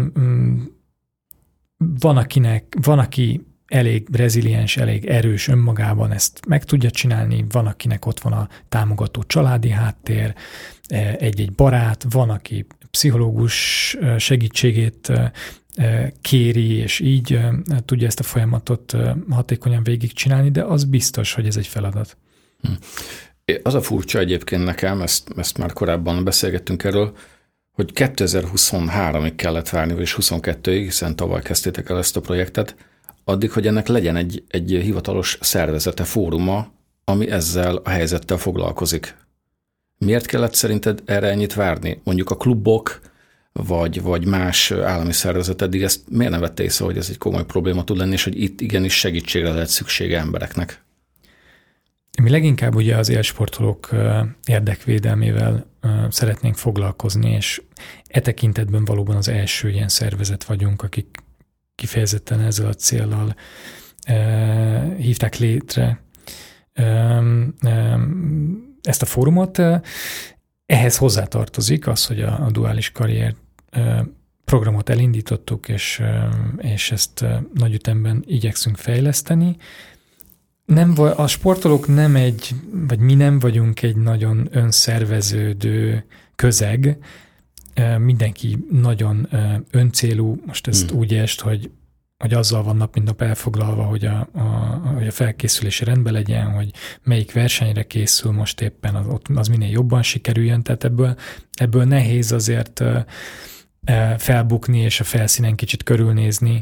van akinek, van aki elég reziliens, elég erős önmagában ezt meg tudja csinálni, van akinek ott van a támogató családi háttér, egy-egy barát, van aki pszichológus segítségét kéri, és így tudja ezt a folyamatot hatékonyan végigcsinálni, de az biztos, hogy ez egy feladat. Hm. Az a furcsa egyébként nekem, ezt, ezt már korábban beszélgettünk erről, hogy kétezer-huszonháromig kellett várni, és huszonkettőig, hiszen tavaly kezdtétek el ezt a projektet, addig, hogy ennek legyen egy, egy hivatalos szervezete, fóruma, ami ezzel a helyzettel foglalkozik. Miért kellett szerinted erre ennyit várni? Mondjuk a klubok, vagy, vagy más állami szervezet eddig ezt miért nem vette észre, hogy ez egy komoly probléma tud lenni, és hogy itt igenis segítségre lehet szüksége embereknek? Mi leginkább ugye az élsportolók érdekvédelmével szeretnénk foglalkozni, és e tekintetben valóban az első ilyen szervezet vagyunk, akik kifejezetten ezzel a céllal e, hívták létre e, e, ezt a fórumot. Ehhez hozzátartozik az, hogy a, a duális karrier e, programot elindítottuk, és, e, és ezt e, nagy ütemben igyekszünk fejleszteni. Nem, a sportolók nem egy, vagy mi nem vagyunk egy nagyon önszerveződő közeg, mindenki nagyon öncélú, most ezt hmm. úgy est, hogy, hogy azzal van nap, mint nap elfoglalva, hogy a, a, hogy a felkészülése rendben legyen, hogy melyik versenyre készül most éppen, az, az minél jobban sikerüljön, tehát ebből, ebből nehéz azért felbukni és a felszínen kicsit körülnézni,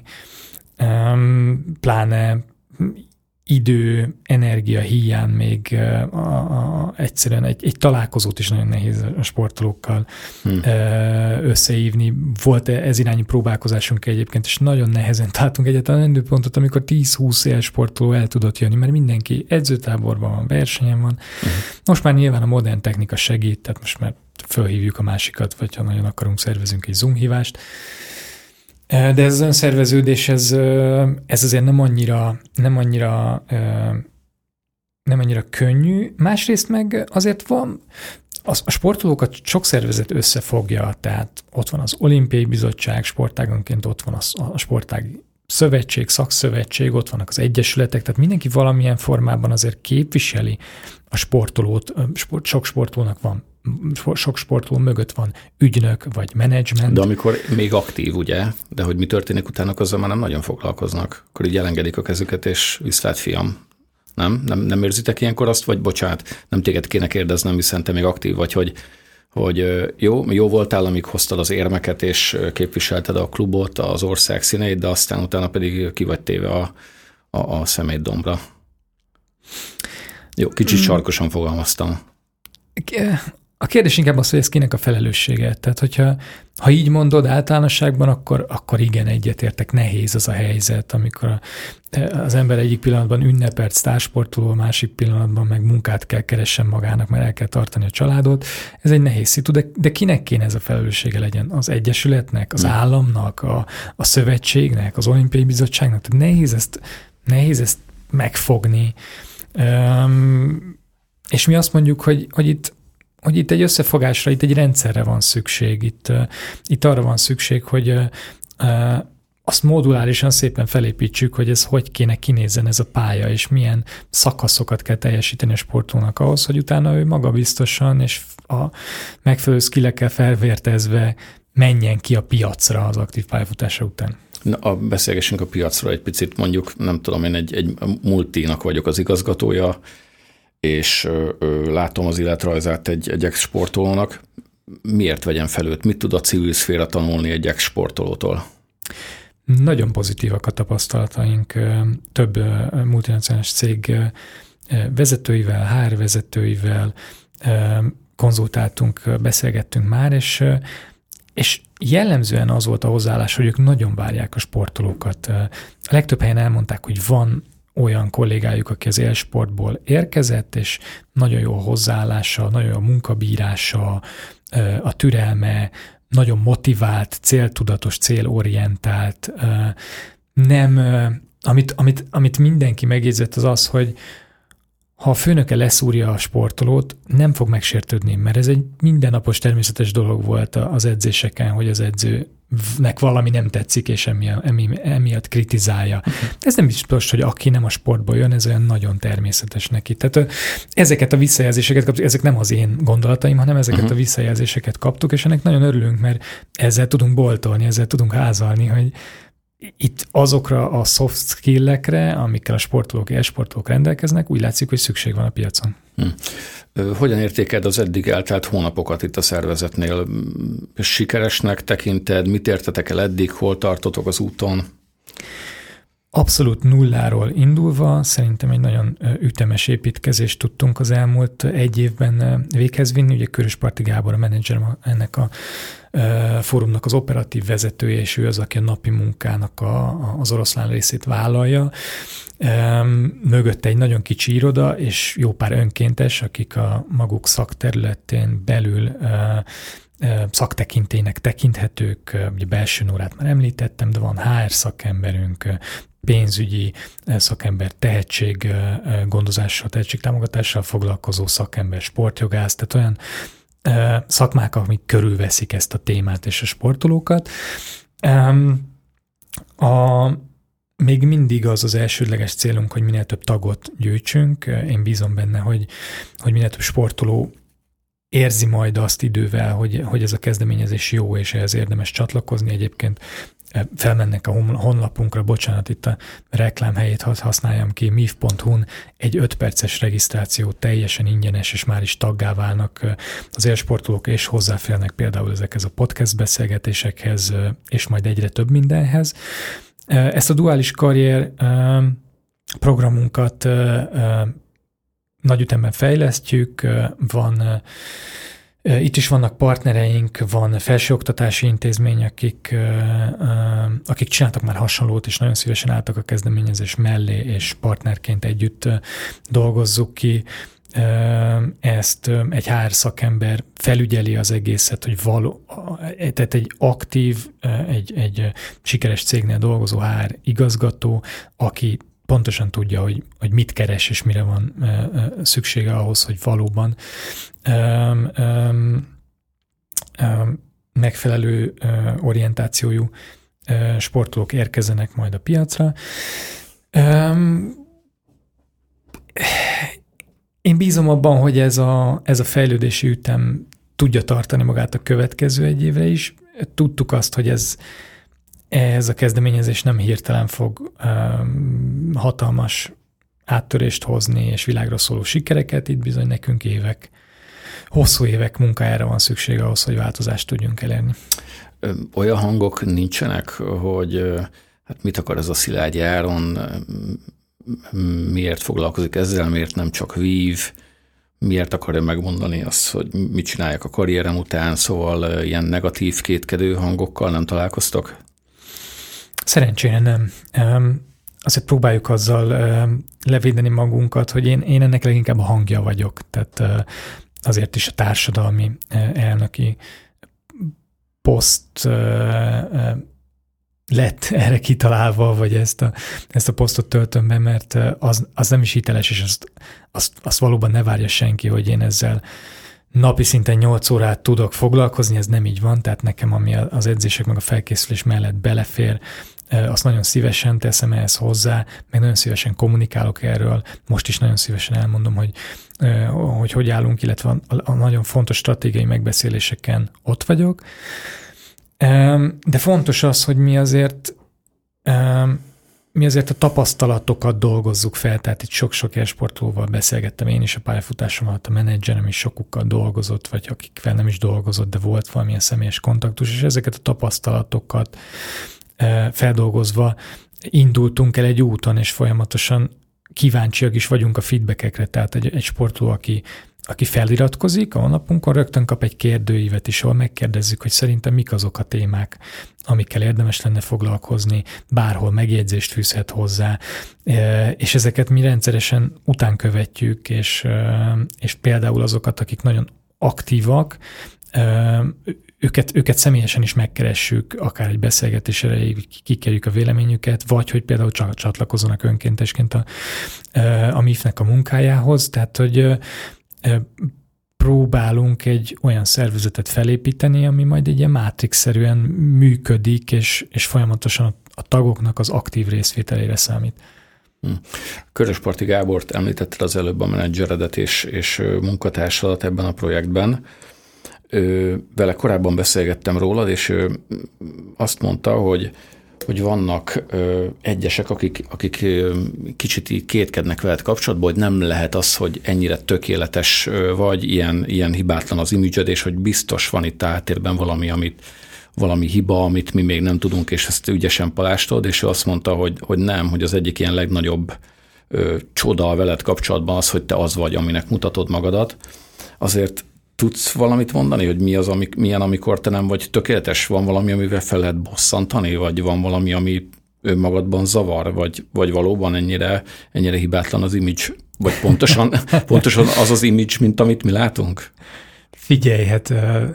pláne idő, energia hiány még a, a, egyszerűen egy, egy találkozót is nagyon nehéz a sportolókkal hmm. összehívni. Volt ez irányú próbálkozásunk egyébként, és nagyon nehezen találtunk egyáltalán időpontot, amikor tíz-húsz élsportoló el tudott jönni, mert mindenki edzőtáborban van, versenyen van. Hmm. Most már nyilván a modern technika segít, tehát most már fölhívjuk a másikat, vagy ha nagyon akarunk, szervezünk egy Zoom hívást. De ez az önszerveződés, ez, ez azért nem annyira, nem annyira, nem annyira könnyű. Másrészt meg azért van, a sportolókat sok szervezet összefogja, tehát ott van az Olimpiai Bizottság, sportágonként ott van a sportág szövetség, szakszövetség, ott vannak az egyesületek, tehát mindenki valamilyen formában azért képviseli a sportolót, sok sportolónak van, sok sportoló mögött van ügynök vagy menedzsment. De amikor még aktív, ugye, de hogy mi történik utána, azzal már nem nagyon foglalkoznak. Akkor így elengedik a kezüket, és viszlát fiam. Nem? nem? Nem érzitek ilyenkor azt, vagy bocsánat, nem téged kéne kérdeznem, hiszen te még aktív vagy, hogy, hogy jó, jó voltál, amíg hoztad az érmeket, és képviselted a klubot, az ország színeit, de aztán utána pedig ki vagy téve a, a, a szemétdombra. Jó, kicsit sarkosan fogalmaztam. A kérdés inkább az, hogy ez kinek a felelőssége. Tehát, hogyha ha így mondod általánosságban, akkor, akkor igen, egyetértek, nehéz az a helyzet, amikor az ember egyik pillanatban ünnepelt sztársportoló, a másik pillanatban meg munkát kell keressen magának, mert el kell tartani a családot. Ez egy nehéz szitu, de, de kinek kéne ez a felelőssége legyen? Az egyesületnek, az államnak, a, a szövetségnek, az olimpiai bizottságnak? Tehát nehéz ezt, nehéz ezt megfogni. Um, és mi azt mondjuk, hogy, hogy itt hogy itt egy összefogásra, itt egy rendszerre van szükség, itt, uh, itt arra van szükség, hogy uh, uh, azt modulárisan szépen felépítsük, hogy ez hogy kéne kinézzen ez a pálya, és milyen szakaszokat kell teljesíteni a sportolónak ahhoz, hogy utána ő magabiztosan és a megfelelő skillekkel felvértezve menjen ki a piacra az aktív pályafutása után. Na, a beszélgessünk a piacra egy picit, mondjuk, nem tudom, én egy, egy multinak vagyok az igazgatója, és ö, ö, látom az életrajzát egy, egy ex-sportolónak. Miért vegyem fel őt? Mit tud a civil szféra tanulni egy ex-sportolótól? Nagyon pozitívak a tapasztalataink. Több multinacionális cég vezetőivel, há er vezetőivel konzultáltunk, beszélgettünk már, és, és jellemzően az volt a hozzáállás, hogy ők nagyon várják a sportolókat. A legtöbb helyen elmondták, hogy van olyan kollégájuk, aki az élsportból érkezett, és nagyon jó a hozzáállása, nagyon jó a munkabírása, a türelme, nagyon motivált, céltudatos, célorientált. Nem, amit, amit, amit mindenki megjegyzett, az az, hogy ha a főnöke leszúrja a sportolót, nem fog megsértődni, mert ez egy mindennapos természetes dolog volt az edzéseken, hogy az edzőnek valami nem tetszik, és emiatt, emiatt kritizálja. Ez nem biztos, hogy aki nem a sportból jön, ez olyan nagyon természetes neki. Tehát ezeket a visszajelzéseket kaptuk, ezek nem az én gondolataim, hanem ezeket uh-huh. a visszajelzéseket kaptuk, és ennek nagyon örülünk, mert ezzel tudunk boltolni, ezzel tudunk házalni, hogy itt azokra a soft skill-ekre, amikkel a sportolók, e-sportolók rendelkeznek, úgy látszik, hogy szükség van a piacon. Hm. Hogyan értékeled az eddig eltelt hónapokat itt a szervezetnél? Sikeresnek tekinted? Mit értetek el eddig? Hol tartotok az úton? Abszolút nulláról indulva szerintem egy nagyon ütemes építkezést tudtunk az elmúlt egy évben véghez vinni. Ugye Körösparti Gábor a menedzser ennek a fórumnak az operatív vezetője, és ő az, aki a napi munkának a, az oroszlán részét vállalja. Mögötte egy nagyon kicsi iroda, és jó pár önkéntes, akik a maguk szakterületén belül szaktekintélynek tekinthetők, ugye belső Nórát már említettem, de van há er szakemberünk, pénzügyi szakember, tehetséggondozással, tehetségtámogatással foglalkozó szakember, sportjogász, tehát olyan szakmák, amik körülveszik ezt a témát és a sportolókat. A, még mindig az az elsődleges célunk, hogy minél több tagot gyűjtsünk. Én bízom benne, hogy, hogy minél több sportoló érzi majd azt idővel, hogy, hogy ez a kezdeményezés jó, és ehhez érdemes csatlakozni. Egyébként felmennek a honlapunkra, bocsánat, itt a reklámhelyét használjam ki, mif pont hu-n egy öt perces regisztráció, teljesen ingyenes, és már is taggá válnak az élsportolók, és hozzáférnek például ezekhez a podcast beszélgetésekhez, és majd egyre több mindenhez. Ezt a duális karrier programunkat nagy ütemben fejlesztjük, van itt is vannak partnereink, van felsőoktatási intézmény, akik, akik csináltak már hasonlót, és nagyon szívesen álltak a kezdeményezés mellé, és partnerként együtt dolgozzuk ki. Ezt egy há er szakember felügyeli az egészet, hogy való, tehát egy aktív, egy, egy sikeres cégnél dolgozó há er igazgató, aki pontosan tudja, hogy, hogy mit keres, és mire van szüksége ahhoz, hogy valóban um, um, um, megfelelő uh, orientációjú uh, sportolók érkezzenek majd a piacra. Um, én bízom abban, hogy ez a, ez a fejlődési ütem tudja tartani magát a következő egy évre is. Tudtuk azt, hogy ez Ez a kezdeményezés nem hirtelen fog um, hatalmas áttörést hozni és világra szóló sikereket, itt bizony nekünk évek, hosszú évek munkájára van szükség ahhoz, hogy változást tudjunk elérni. Olyan hangok nincsenek, hogy hát mit akar ez a Szilágyi Áron, miért foglalkozik ezzel, miért nem csak vív, miért akarja megmondani azt, hogy mit csináljak a karrierem után, szóval ilyen negatív, kétkedő hangokkal nem találkoztok? Szerencsére nem. Azért próbáljuk azzal levédeni magunkat, hogy én, én ennek leginkább a hangja vagyok. Tehát azért is a társadalmi elnöki poszt lett erre kitalálva, vagy ezt a, ezt a posztot töltöm be, mert az, az nem is hiteles, és azt, azt, azt valóban ne várja senki, hogy én ezzel napi szinten nyolc órát tudok foglalkozni, ez nem így van, tehát nekem ami az edzések meg a felkészülés mellett belefér, azt nagyon szívesen teszem ehhez hozzá, meg nagyon szívesen kommunikálok erről, most is nagyon szívesen elmondom, hogy hogy, hogy állunk, illetve a, a nagyon fontos stratégiai megbeszéléseken ott vagyok. De fontos az, hogy mi azért mi azért a tapasztalatokat dolgozzuk fel, tehát itt sok-sok e-sportolóval beszélgettem, én is a pályafutásom alatt, a menedzserem is sokukkal dolgozott, vagy akikvel nem is dolgozott, de volt valamilyen személyes kontaktus, és ezeket a tapasztalatokat feldolgozva indultunk el egy úton, és folyamatosan kíváncsiak is vagyunk a feedbackekre, tehát egy, egy sportoló, aki, aki feliratkozik a honlapunkon, rögtön kap egy kérdőívet is, ahol megkérdezzük, hogy szerintem mik azok a témák, amikkel érdemes lenne foglalkozni, bárhol megjegyzést fűzhet hozzá, és ezeket mi rendszeresen utánkövetjük, és, és például azokat, akik nagyon aktívak, Őket, őket személyesen is megkeressük, akár egy beszélgetés erejéig kikerjük a véleményüket, vagy hogy például csatlakozzanak önkéntesként a, a em i ef-nek a munkájához. Tehát, hogy próbálunk egy olyan szervezetet felépíteni, ami majd egy ilyen mátrix-szerűen működik, és, és folyamatosan a tagoknak az aktív részvételére számít. Körösparti Gábort említetted az előbb, a menedzseredet és, és munkatársadat ebben a projektben. Ő, vele korábban beszélgettem rólad, és ő azt mondta, hogy, hogy vannak ö, egyesek, akik, akik ö, kicsit így kétkednek veled kapcsolatban, hogy nem lehet az, hogy ennyire tökéletes vagy, ilyen, ilyen hibátlan az imidzsed, és hogy biztos van itt áttérben valami, amit, valami hiba, amit mi még nem tudunk, és ezt ügyesen palástod, és ő azt mondta, hogy, hogy nem, hogy az egyik ilyen legnagyobb ö, csoda veled kapcsolatban az, hogy te az vagy, aminek mutatod magadat. Azért tudsz valamit mondani, hogy mi az, amik, milyen, amikor te nem vagy tökéletes? Van valami, amivel fel lehet bosszantani, vagy van valami, ami önmagadban zavar, vagy, vagy valóban ennyire, ennyire hibátlan az image, vagy pontosan, pontosan az az image, mint amit mi látunk? Figyelj, hát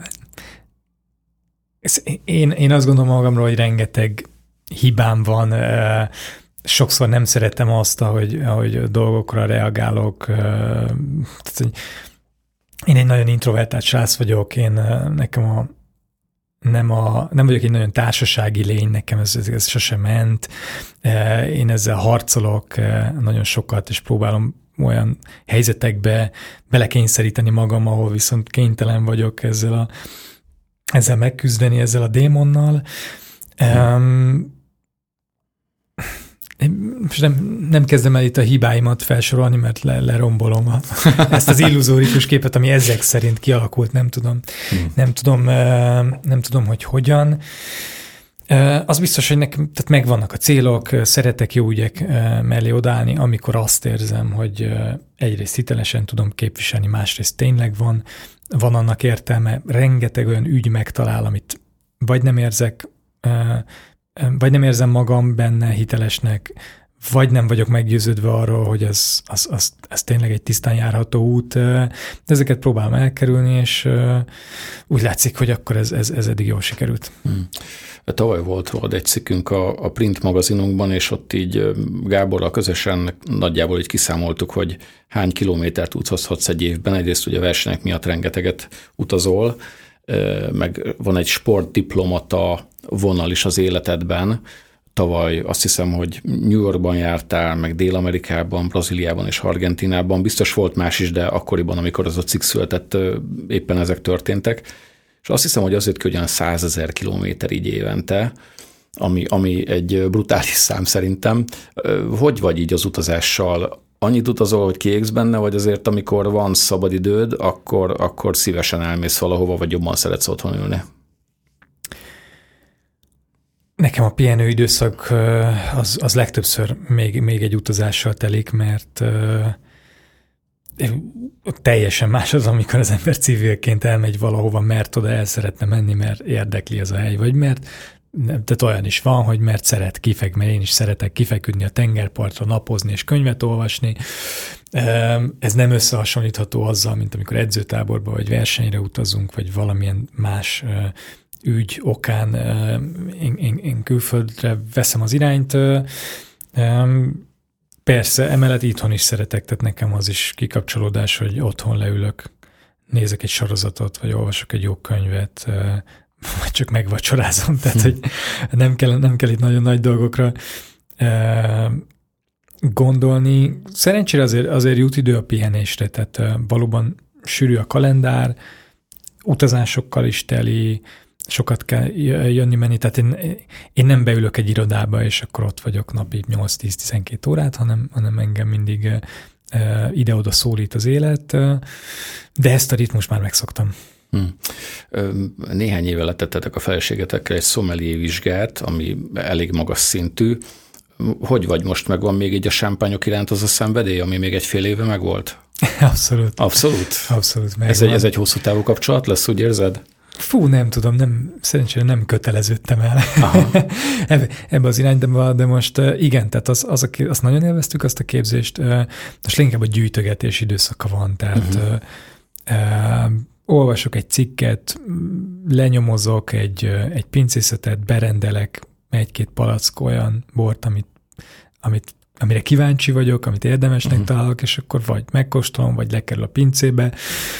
ez, én, én azt gondolom magamról, hogy rengeteg hibám van, sokszor nem szeretem azt, ahogy, ahogy dolgokra reagálok, tehát, én egy nagyon introvertált srác vagyok, én nekem a, nem, a, nem vagyok egy nagyon társasági lény, nekem ez, ez, ez sosem ment. Én ezzel harcolok nagyon sokat, és próbálom olyan helyzetekbe belekényszeríteni magam, ahol viszont kénytelen vagyok ezzel, a, ezzel megküzdeni, ezzel a démonnal. Um, most nem, nem kezdem el itt a hibáimat felsorolni, mert le, lerombolom a, ezt az illuzórikus képet, ami ezek szerint kialakult, nem tudom, hmm. nem tudom, nem tudom, hogy hogyan. Az biztos, hogy nekem, tehát megvannak a célok, szeretek jó ügyek mellé odállni, amikor azt érzem, hogy egyrészt hitelesen tudom képviselni, másrészt tényleg van, van annak értelme, rengeteg olyan ügy megtalál, amit vagy nem érzek, vagy nem érzem magam benne hitelesnek, vagy nem vagyok meggyőződve arról, hogy ez, az, az, ez tényleg egy tisztán járható út. De ezeket próbálom elkerülni, és úgy látszik, hogy akkor ez, ez, ez eddig jól sikerült. Hmm. Tavaly volt volt egy cikkünk a, a Print magazinunkban, és ott így Gáborral közösen nagyjából így kiszámoltuk, hogy hány kilométert utazhatsz egy évben. Egyrészt ugye a versenyek miatt rengeteget utazol, meg van egy sportdiplomata vonal is az életedben. Tavaly azt hiszem, hogy New Yorkban jártál, meg Dél-Amerikában, Brazíliában és Argentínában. Biztos volt más is, de akkoriban, amikor az a cikk született, éppen ezek történtek. És azt hiszem, hogy azért hogy olyan százezer kilométer így évente, ami, ami egy brutális szám szerintem. Hogy vagy így az utazással? Annyit utazol, hogy kiégsz benne, vagy azért, amikor van szabadidőd, akkor, akkor szívesen elmész valahova, vagy jobban szeretsz otthon ülni? Nekem a pihenő időszak az, az legtöbbször még, még egy utazással telik, mert teljesen más az, amikor az ember civilként elmegy valahova, mert oda el szeretne menni, mert érdekli az a hely, vagy mert tehát olyan is van, hogy mert szeret kifeküdni, mert én is szeretek kifeküdni a tengerpartra, napozni és könyvet olvasni. Ez nem összehasonlítható azzal, mint amikor edzőtáborba vagy versenyre utazunk, vagy valamilyen más ügy okán én, én, én külföldre veszem az irányt. Persze, emellett itthon is szeretek, tehát nekem az is kikapcsolódás, hogy otthon leülök, nézek egy sorozatot, vagy olvasok egy jó könyvet, vagy csak megvacsorázom, tehát hogy nem kell, nem kell itt nagyon nagy dolgokra gondolni. Szerencsére azért, azért jut idő a pihenésre, tehát valóban sűrű a kalendár, utazásokkal is teli, sokat kell jönni-menni, tehát én, én nem beülök egy irodába, és akkor ott vagyok napi nyolc-tíz-tizenkét órát, hanem, hanem engem mindig ide-oda szólít az élet, de ezt a ritmust már megszoktam. Hmm. Néhány éve letettetek a feleségetekkel egy sommelier vizsgát, ami elég magas szintű. Hogy vagy most, megvan még így a sámpányok iránt az a szenvedély, ami még egy fél éve megvolt? Abszolút. Abszolút? Abszolút. Ez egy, ez egy hosszú távú kapcsolat lesz, úgy érzed? Fú, nem tudom, nem, szerencsére nem köteleződtem el ebbe, ebbe az irányba, de most igen, tehát az, az a, azt nagyon élveztük, azt a képzést, most inkább a gyűjtögetés időszaka van, tehát uh-huh. uh, uh, olvasok egy cikket, lenyomozok egy, egy pincészetet, berendelek egy-két palack olyan bort, amit, amit, amire kíváncsi vagyok, amit érdemesnek uh-huh. találok, és akkor vagy megkóstolom, vagy lekerül a pincébe.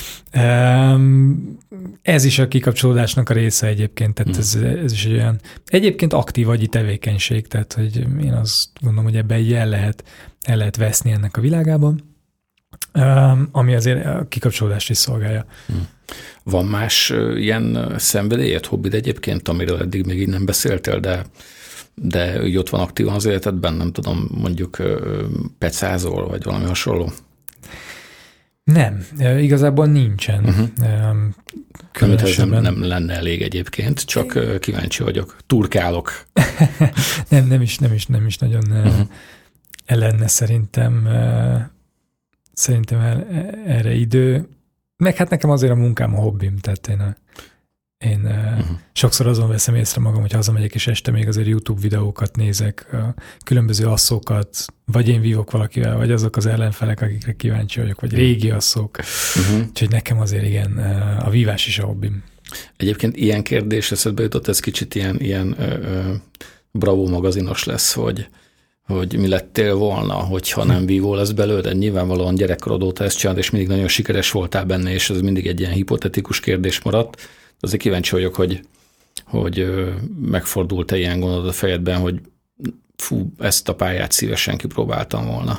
Ez is a kikapcsolódásnak a része egyébként, tehát ez, ez is egy olyan egyébként aktív agyi tevékenység, tehát hogy én azt gondolom, hogy ebben el lehet, el lehet veszni ennek a világában, ami azért a kikapcsolódást is szolgálja. Van más ilyen szenvedélyed, hobbid egyébként, amiről eddig még így nem beszéltél, de, de úgy ott van aktívan az életedben, nem tudom, mondjuk pecázol, vagy valami hasonló? Nem, igazából nincsen. Uh-huh. Különösebben. Nem, nem lenne elég egyébként, csak kíváncsi vagyok. Turkálok. nem, nem is, nem is, nem is nagyon uh-huh. lenne szerintem, szerintem erre idő. Meg hát nekem azért a munkám a hobbim, tehát én, a, én uh-huh. sokszor azon veszem észre magam, hogy hazamegyek, és este még azért YouTube videókat nézek, a különböző asszókat, vagy én vívok valakivel, vagy azok az ellenfelek, akikre kíváncsi vagyok, vagy régi asszók. Uh-huh. Úgyhogy nekem azért igen, a vívás is a hobbim. Egyébként ilyen kérdés eszedbe jutott, ez kicsit ilyen, ilyen ö, ö, Bravo magazinos lesz, hogy, hogy mi lettél volna, hogyha nem vívó lesz belőle. Nyilvánvalóan gyerekkorod óta ezt csináld, és mindig nagyon sikeres voltál benne, és ez mindig egy ilyen hipotetikus kérdés maradt. Azért kíváncsi vagyok, hogy, hogy megfordult-e ilyen gondolat a fejedben, hogy fú, ezt a pályát szívesen kipróbáltam volna.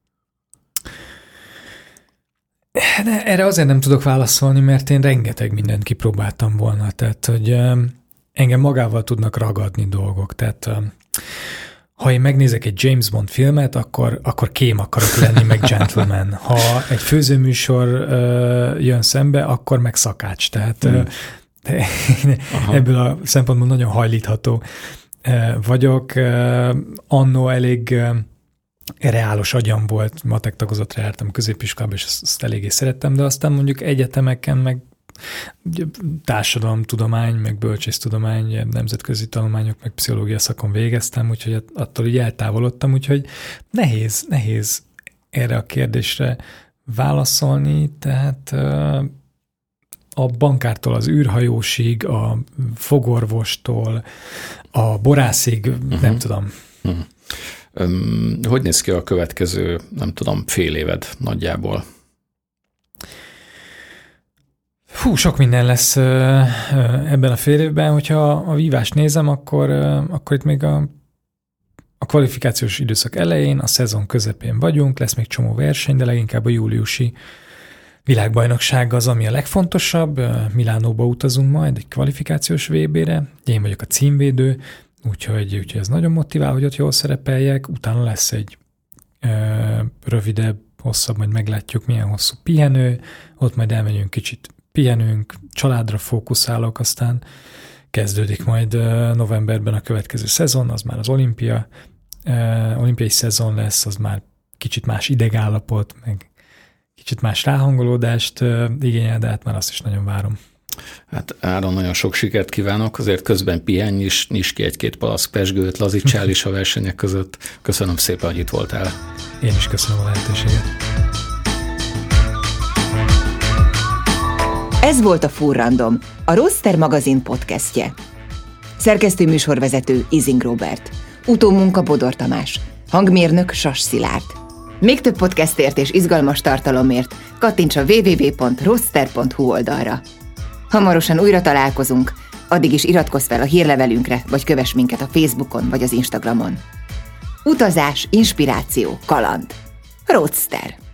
De erre azért nem tudok válaszolni, mert én rengeteg mindent kipróbáltam volna. Tehát, hogy engem magával tudnak ragadni dolgok. Tehát ha én megnézek egy James Bond filmet, akkor, akkor kém akarok lenni, meg gentleman. Ha egy főzőműsor jön szembe, akkor meg szakács. Tehát hmm. ebből a szempontból nagyon hajlítható vagyok. Annó elég reálos agyam volt, matek tagozatra jártam középiskolába, és azt, azt eléggé szerettem, de aztán mondjuk egyetemeken, meg társadalomtudomány, meg bölcsésztudomány, nemzetközi tanulmányok, meg pszichológia szakon végeztem, úgyhogy attól így eltávolodtam, úgyhogy nehéz, nehéz erre a kérdésre válaszolni, tehát a bankártól az űrhajósig, a fogorvostól, a borászig, uh-huh. nem tudom. Uh-huh. Um, hogy néz ki a következő, nem tudom, fél éved nagyjából? Hú, sok minden lesz ebben a fél évben, hogyha a vívást nézem, akkor, akkor itt még a, a kvalifikációs időszak elején, a szezon közepén vagyunk, lesz még csomó verseny, de leginkább a júliusi világbajnokság az, ami a legfontosabb. Milánóba utazunk majd egy kvalifikációs vé bére, én vagyok a címvédő, úgyhogy, úgyhogy ez nagyon motivál, hogy ott jól szerepeljek. Utána lesz egy ö, rövidebb, hosszabb, majd meglátjuk, milyen hosszú pihenő, ott majd elmegyünk kicsit pihenünk, családra fókuszálok, aztán kezdődik majd novemberben a következő szezon, az már az olimpia, olimpiai szezon lesz, az már kicsit más idegállapot, meg kicsit más ráhangolódást igényel, de hát már azt is nagyon várom. Hát Áron, nagyon sok sikert kívánok, azért közben pihenj is, nyisd ki egy-két palack pezsgőt, lazítsál is a versenyek között. Köszönöm szépen, hogy itt voltál. Én is köszönöm a lehetőséget. Ez volt a Full Random, a Roadster magazin podcastje. Szerkesztő műsorvezető Izing Róbert. Utómunka Bodor Tamás. Hangmérnök Sas Szilárd. Még több podcastért és izgalmas tartalomért kattints a double-u double-u double-u pont roadster pont hu oldalra. Hamarosan újra találkozunk, addig is iratkozz fel a hírlevelünkre, vagy kövess minket a Facebookon vagy az Instagramon. Utazás, inspiráció, kaland. Roadster.